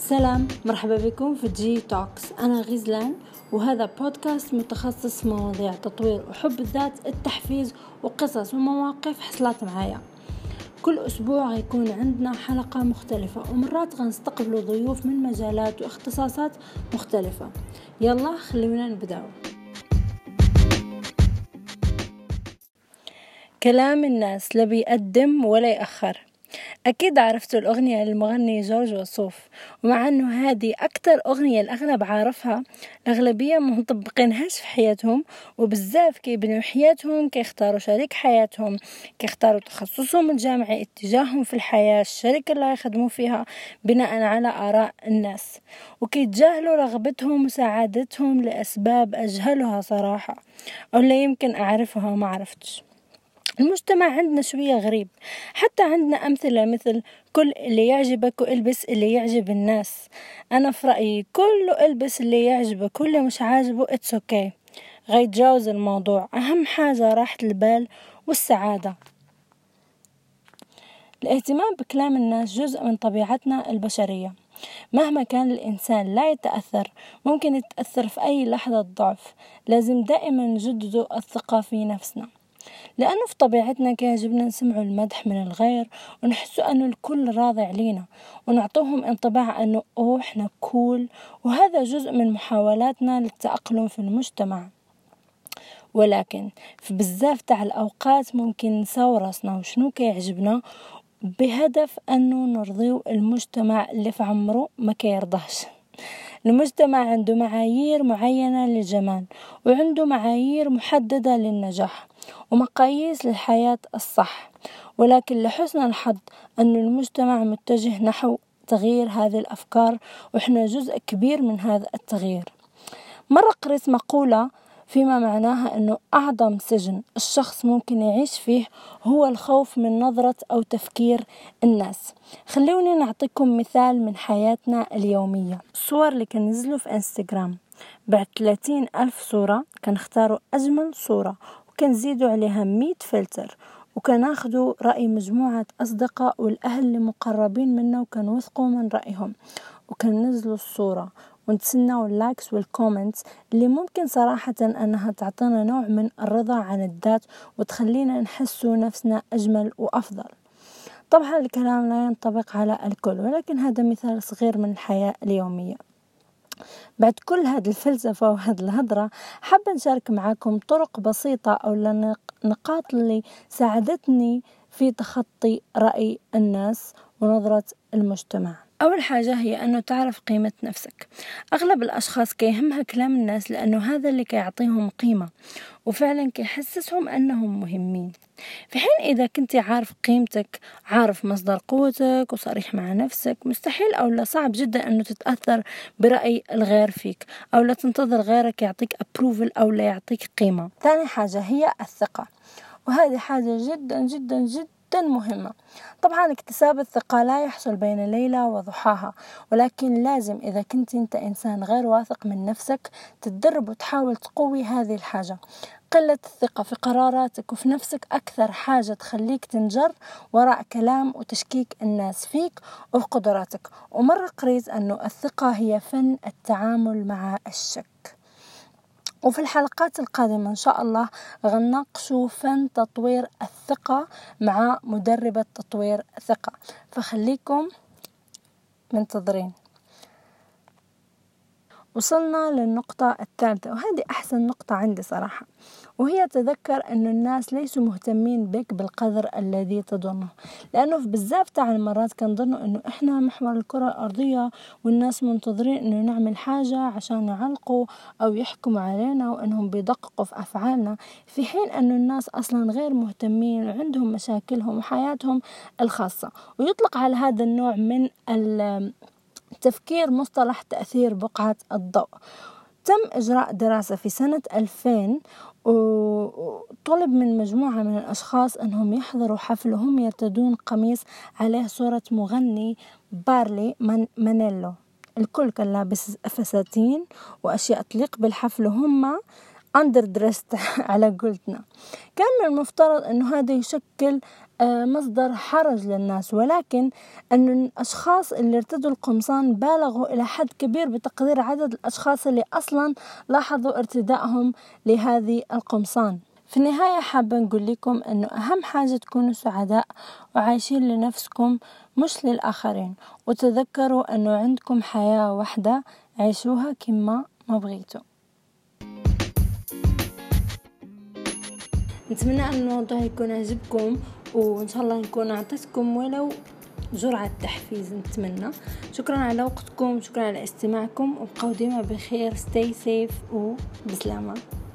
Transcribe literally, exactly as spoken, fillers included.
سلام، مرحبا بكم في جي توكس. أنا غزلان وهذا بودكاست متخصص في مواضيع تطوير وحب الذات، التحفيز وقصص ومواقف حصلت معايا. كل أسبوع هيكون عندنا حلقة مختلفة، ومرات غنستقبلوا ضيوف من مجالات واختصاصات مختلفة. يلا خلونا نبدأ. كلام الناس لا بيقدم ولا يأخر. أكيد عرفتوا الأغنية للمغني جورج وسوف، ومع أنه هذه أكتر أغنية الأغلب عارفها، الأغلبية مطبقينهاش في حياتهم، وبالذات كيبنوا حياتهم، كيختاروا شريك حياتهم، كيختاروا تخصصهم الجامعي، اتجاههم في الحياة، الشركة اللي يخدموا فيها بناء على آراء الناس، وكيتجاهلوا رغبتهم وسعادتهم لأسباب أجهلها صراحة، أو لا يمكن أعرفها ما عرفتش. المجتمع عندنا شوية غريب، حتى عندنا أمثلة مثل كل اللي يعجبك والبس اللي يعجب الناس. أنا في رأيي كله البس اللي يعجبك، كله مش عاجبه it's okay، غيتجاوز الموضوع. أهم حاجة راحة البال والسعادة. الاهتمام بكلام الناس جزء من طبيعتنا البشرية. مهما كان الإنسان لا يتأثر، ممكن يتأثر في أي لحظة ضعف. لازم دائما نجدد الثقة في نفسنا، لأنه في طبيعتنا كيعجبنا نسمع المدح من الغير، ونحسوا أنه الكل راضي علينا، ونعطوهم انطباع أنه أوه إحنا كول، وهذا جزء من محاولاتنا للتأقلم في المجتمع. ولكن في بزاف تاع الأوقات ممكن نساو راسنا وشنو كيعجبنا، بهدف أنه نرضيو المجتمع اللي في عمره ما كيرضاش. المجتمع عنده معايير معينة للجمال، وعنده معايير محددة للنجاح، ومقاييس للحياة الصح. ولكن لحسن الحظ أن المجتمع متجه نحو تغيير هذه الأفكار، وإحنا جزء كبير من هذا التغيير. مرة قريت مقولة فيما معناها أنه أعظم سجن الشخص ممكن يعيش فيه هو الخوف من نظرة أو تفكير الناس. خلوني نعطيكم مثال من حياتنا اليومية. الصور اللي كننزلوا في انستغرام، بعد ثلاثين ألف صورة كنختاروا أجمل صورة، وكنزيدوا عليها مية فلتر، وكناخدوا رأي مجموعة أصدقاء والأهل اللي مقربين منا وكنوثقوا من رأيهم، وكننزلوا الصورة ونتسنوا اللايكس والكومنتس اللي ممكن صراحة أنها تعطينا نوع من الرضا عن الذات، وتخلينا نحسوا نفسنا أجمل وأفضل. طبعا الكلام لا ينطبق على الكل، ولكن هذا مثال صغير من الحياة اليومية. بعد كل هذه الفلسفة وهذه الهضرة، حابة نشارك معكم طرق بسيطة أو نقاط اللي ساعدتني في تخطي رأي الناس ونظرة المجتمع. أول حاجة هي أنه تعرف قيمة نفسك. أغلب الأشخاص كيهمها كلام الناس لأنه هذا اللي كيعطيهم قيمة، وفعلا كيحسسهم أنهم مهمين. في حين إذا كنت عارف قيمتك، عارف مصدر قوتك وصريح مع نفسك، مستحيل أو لا صعب جدا أنه تتأثر برأي الغير فيك، أو لا تنتظر غيرك يعطيك approval أو لا يعطيك قيمة. ثاني حاجة هي الثقة، وهذه حاجة جدا جدا جدا مهمة. طبعا اكتساب الثقة لا يحصل بين ليلة وضحاها، ولكن لازم إذا كنت أنت إنسان غير واثق من نفسك تتدرب وتحاول تقوي هذه الحاجة. قلة الثقة في قراراتك وفي نفسك أكثر حاجة تخليك تنجر وراء كلام وتشكيك الناس فيك وفي قدراتك. ومرة قريت أنه الثقة هي فن التعامل مع الشك. وفي الحلقات القادمة إن شاء الله غنناقشوا فن تطوير الثقة مع مدربة تطوير الثقة، فخليكم منتظرين. وصلنا للنقطة الثالثة، وهذه أحسن نقطة عندي صراحة، وهي تذكر أن الناس ليسوا مهتمين بك بالقدر الذي تظنه. لأنه في بزاف تاع المرات كنظنوا أنه إحنا محور الكرة الأرضية، والناس منتظرين أنه نعمل حاجة عشان يعلقوا أو يحكموا علينا، وأنهم بيدققوا في أفعالنا، في حين أنه الناس أصلا غير مهتمين وعندهم مشاكلهم وحياتهم الخاصة. ويطلق على هذا النوع من ال تفكير مصطلح تأثير بقعة الضوء. تم إجراء دراسة في سنة ألفين، وطلب من مجموعة من الأشخاص أنهم يحضروا حفل وهم يرتدون قميص عليه صورة مغني بارلي مانيلو. الكل كان لابس فساتين وأشياء تليق بالحفل، وهم أندر درست على قولتنا. كان من المفترض أنه هذا يشكل مصدر حرج للناس، ولكن أن الأشخاص اللي ارتدوا القمصان بالغوا إلى حد كبير بتقدير عدد الأشخاص اللي أصلا لاحظوا ارتدائهم لهذه القمصان. في النهاية حابة نقول لكم أنه أهم حاجة تكونوا سعداء وعايشين لنفسكم مش للآخرين، وتذكروا أنه عندكم حياة واحدة عيشوها كما ما بغيتوا. نتمنى أن الموضوع يكون عجبكم، وإن شاء الله نكون أعطيتكم ولو جرعة تحفيز. نتمنى. شكرا على وقتكم، شكرا على استماعكم، وبقوا ديما بخير. stay safe وبسلامة.